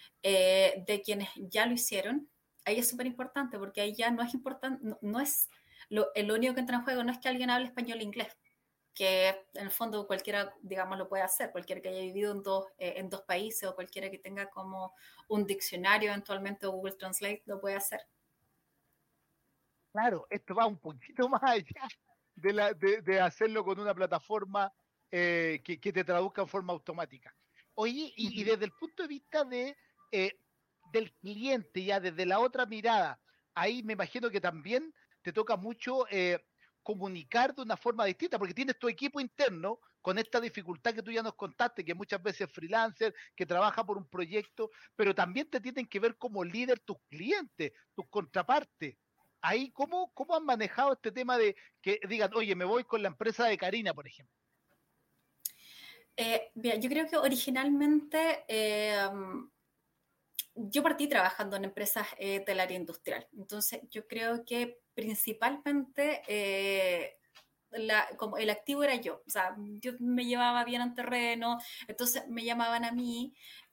de quienes ya lo hicieron. Ahí es súper importante, porque ahí ya no es importante, no es lo único que entra en juego no es que alguien hable español e inglés, que en el fondo cualquiera, digamos, lo puede hacer, cualquiera que haya vivido en dos países o cualquiera que tenga como un diccionario eventualmente o Google Translate lo puede hacer. Claro, esto va un poquito más allá de hacerlo con una plataforma que te traduzca en forma automática. Oye, y desde el punto de vista eh, del cliente, ya desde la otra mirada, ahí me imagino que también te toca mucho comunicar de una forma distinta, porque tienes tu equipo interno con esta dificultad que tú ya nos contaste, que muchas veces es freelancer, que trabaja por un proyecto, pero también te tienen que ver como líder tus clientes, tus contrapartes. Ahí, ¿cómo han manejado este tema de que digan, oye, me voy con la empresa de Karina, por ejemplo? Bien, yo creo que originalmente yo partí trabajando en empresas del área industrial. Entonces, yo creo que principalmente como el activo era yo. O sea, yo me llevaba bien en terreno, entonces me llamaban a mí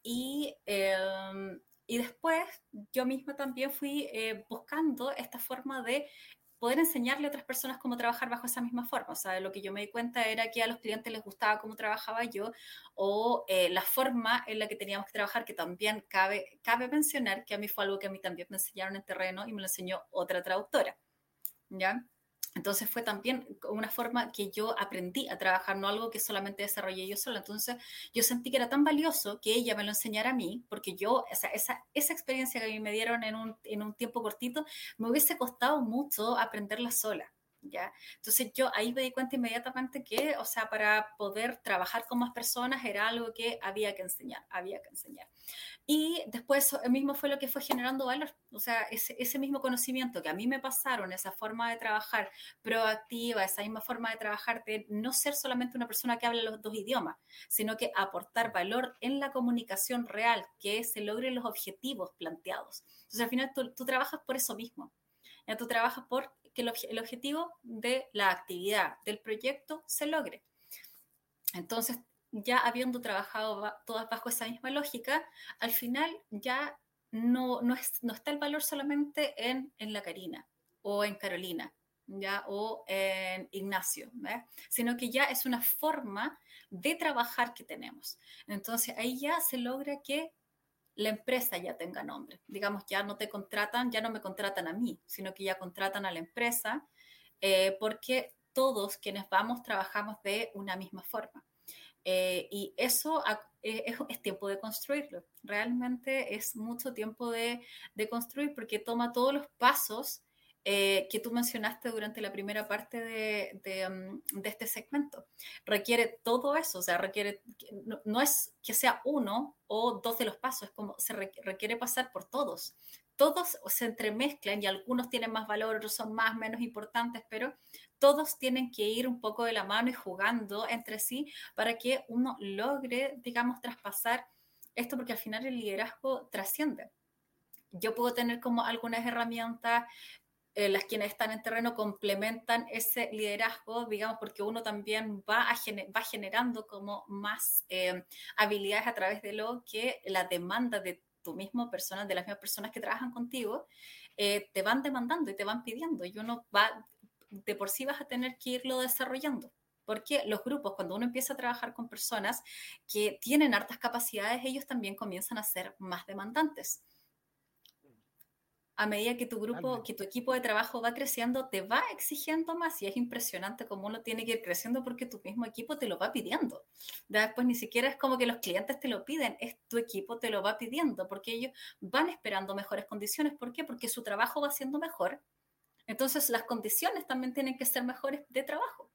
y después yo misma también fui buscando esta forma de poder enseñarle a otras personas cómo trabajar bajo esa misma forma. O sea, lo que yo me di cuenta era que a los clientes les gustaba cómo trabajaba yo o la forma en la que teníamos que trabajar, que también cabe mencionar que a mí fue algo que a mí también me enseñaron en terreno y me lo enseñó otra traductora, ¿ya? Entonces fue también una forma que yo aprendí a trabajar, no algo que solamente desarrollé yo sola. Entonces yo sentí que era tan valioso que ella me lo enseñara a mí, porque yo, o sea, esa experiencia que a mí me dieron en un tiempo cortito, me hubiese costado mucho aprenderla sola. ¿Ya? Entonces yo ahí me di cuenta inmediatamente que, o sea, para poder trabajar con más personas era algo que había que enseñar, había que enseñar. Y después eso mismo fue lo que fue generando valor. O sea, ese mismo conocimiento que a mí me pasaron, esa forma de trabajar proactiva, esa misma forma de trabajar, de no ser solamente una persona que habla los dos idiomas, sino que aportar valor en la comunicación real, que se logren los objetivos planteados. Entonces, al final tú trabajas por eso mismo. Ya tú trabajas por que el objetivo de la actividad, del proyecto, se logre. Entonces, ya habiendo trabajado todas bajo esa misma lógica, al final ya no está el valor solamente en la Karina o en Carolina, ¿ya? O en Ignacio, ¿ve? Sino que ya es una forma de trabajar que tenemos. Entonces, ahí ya se logra que la empresa ya tenga nombre. Digamos, ya no te contratan, ya no me contratan a mí, sino que ya contratan a la empresa porque todos quienes vamos trabajamos de una misma forma. Y eso es tiempo de construirlo. Realmente es mucho tiempo de construir porque toma todos los pasos que tú mencionaste durante la primera parte de este segmento. Requiere todo eso, o sea, requiere, no es que sea uno o dos de los pasos, es como se requiere pasar por todos. Todos se entremezclan y algunos tienen más valor, otros son más, menos importantes, pero todos tienen que ir un poco de la mano y jugando entre sí para que uno logre, digamos, traspasar esto, porque al final el liderazgo trasciende. Yo puedo tener como algunas herramientas, las quienes están en terreno complementan ese liderazgo, digamos, porque uno también va generando como más habilidades a través de lo que la demanda de tu mismo persona, de las mismas personas que trabajan contigo, te van demandando y te van pidiendo y uno va, de por sí vas a tener que irlo desarrollando. Porque los grupos, cuando uno empieza a trabajar con personas que tienen hartas capacidades, ellos también comienzan a ser más demandantes. A medida que tu grupo, que Totalmente. tu equipo de trabajo va creciendo, te va exigiendo más y es impresionante cómo uno tiene que ir creciendo porque tu mismo equipo te lo va pidiendo. Después ni siquiera es como que los clientes te lo piden, es tu equipo te lo va pidiendo porque ellos van esperando mejores condiciones. ¿Por qué? Porque su trabajo va siendo mejor. Entonces las condiciones también tienen que ser mejores de trabajo.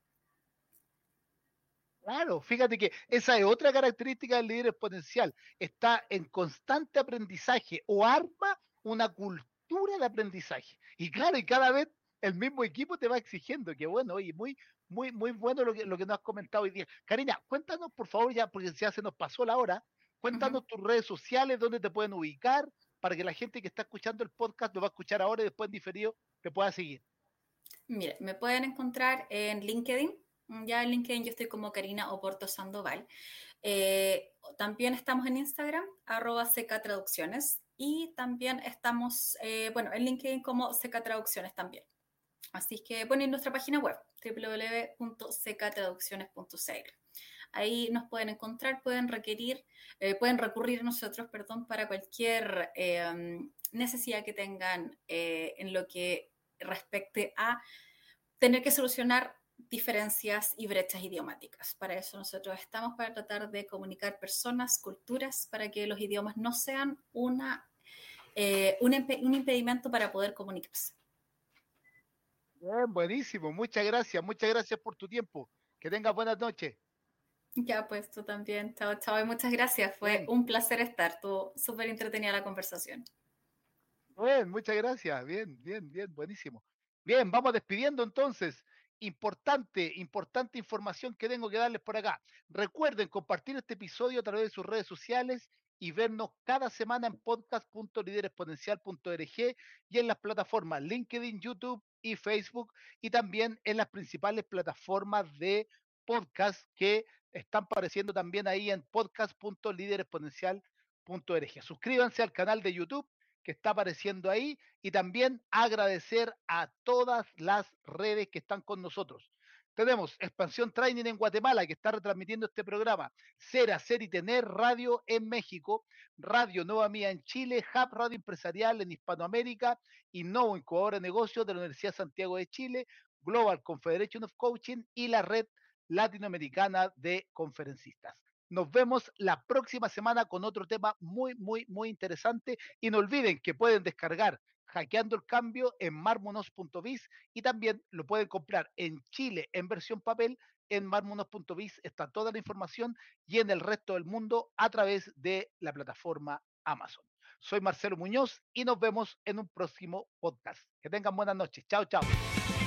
Claro, fíjate que esa es otra característica del líder exponencial. Está en constante aprendizaje o arma una cultura de aprendizaje. Y claro, y cada vez el mismo equipo te va exigiendo. Que bueno, oye, muy bueno lo que nos has comentado hoy día. Karina, cuéntanos por favor ya, porque ya se nos pasó la hora, Uh -huh. cuéntanos tus redes sociales, dónde te pueden ubicar, para que la gente que está escuchando el podcast lo va a escuchar ahora y después en diferido te pueda seguir. Mire, me pueden encontrar en LinkedIn. Ya en LinkedIn yo estoy como Karina Oporto Sandoval. También estamos en Instagram, @seca traducciones. Y también estamos, bueno, en LinkedIn como Seca Traducciones también. Así que ponen nuestra página web, www.secatraducciones.cl. Ahí nos pueden encontrar, pueden recurrir a nosotros, perdón, para cualquier necesidad que tengan en lo que respecte a tener que solucionar diferencias y brechas idiomáticas. Para eso nosotros estamos, para tratar de comunicar personas, culturas, para que los idiomas no sean un impedimento para poder comunicarse. Bien, buenísimo. Muchas gracias por tu tiempo. Que tengas buenas noches. Ya, pues tú también. Chao, chao y muchas gracias. Fue Bien, un placer estar. Estuvo súper entretenida la conversación. bien, muchas gracias. Bien, bien, bien, buenísimo. Bien, vamos despidiendo entonces. Importante información que tengo que darles por acá. Recuerden compartir este episodio a través de sus redes sociales y vernos cada semana en podcast.liderespotencial.org y en las plataformas LinkedIn, YouTube y Facebook, y también en las principales plataformas de podcast que están apareciendo también ahí en podcast.liderespotencial.org. Suscríbanse al canal de YouTube que está apareciendo ahí, y también agradecer a todas las redes que están con nosotros. Tenemos Expansión Training en Guatemala, que está retransmitiendo este programa, Ser, Hacer y Tener Radio en México, Radio Nueva Mía en Chile, Hub Radio Empresarial en Hispanoamérica, Innovo Incubadora de Negocios de la Universidad de Santiago de Chile, Global Confederation of Coaching y la Red Latinoamericana de Conferencistas. Nos vemos la próxima semana con otro tema muy interesante, y no olviden que pueden descargar Hackeando el Cambio en marmonos.biz, y también lo pueden comprar en Chile en versión papel en marmonos.biz. Está toda la información, y en el resto del mundo a través de la plataforma Amazon. Soy Marcelo Muñoz y nos vemos en un próximo podcast. Que tengan buenas noches. Chao, chao.